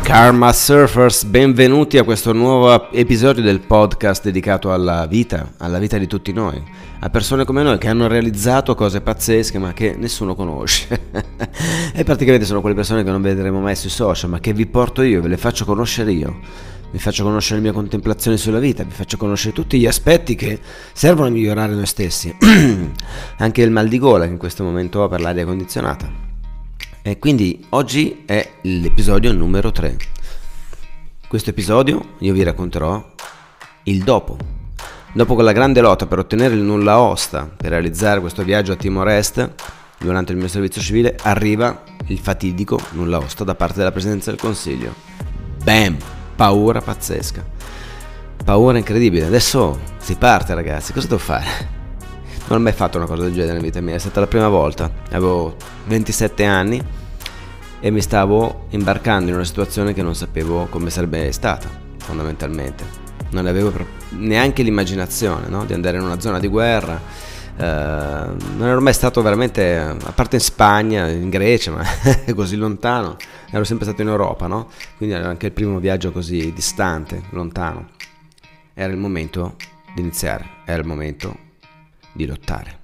Karma Surfers, benvenuti a questo nuovo episodio del podcast dedicato alla vita di tutti noi, a persone come noi che hanno realizzato cose pazzesche ma che nessuno conosce. E praticamente sono quelle persone che non vedremo mai sui social, ma che vi porto io, ve le faccio conoscere io. Vi faccio conoscere le mie contemplazioni sulla vita, vi faccio conoscere tutti gli aspetti che servono a migliorare noi stessi. Anche il mal di gola che in questo momento ho per l'aria condizionata. E quindi oggi è l'episodio numero 3. Questo episodio io vi racconterò il dopo. Dopo quella grande lotta per ottenere il nulla osta, per realizzare questo viaggio a Timor-Est, durante il mio servizio civile, arriva il fatidico nulla osta da parte della Presidenza del Consiglio. Bam! Paura pazzesca. Paura incredibile. Adesso si parte, ragazzi. Cosa devo fare? Non ho mai fatto una cosa del genere nella vita mia, è stata la prima volta. Avevo 27 anni e mi stavo imbarcando in una situazione che non sapevo come sarebbe stata, fondamentalmente. Non avevo neanche l'immaginazione, no? Di andare in una zona di guerra. Non ero mai stato veramente, a parte in Spagna, in Grecia, ma così lontano. Ero sempre stato in Europa, no? Quindi era anche il primo viaggio così distante, lontano. Era il momento di iniziare, era il momento di lottare.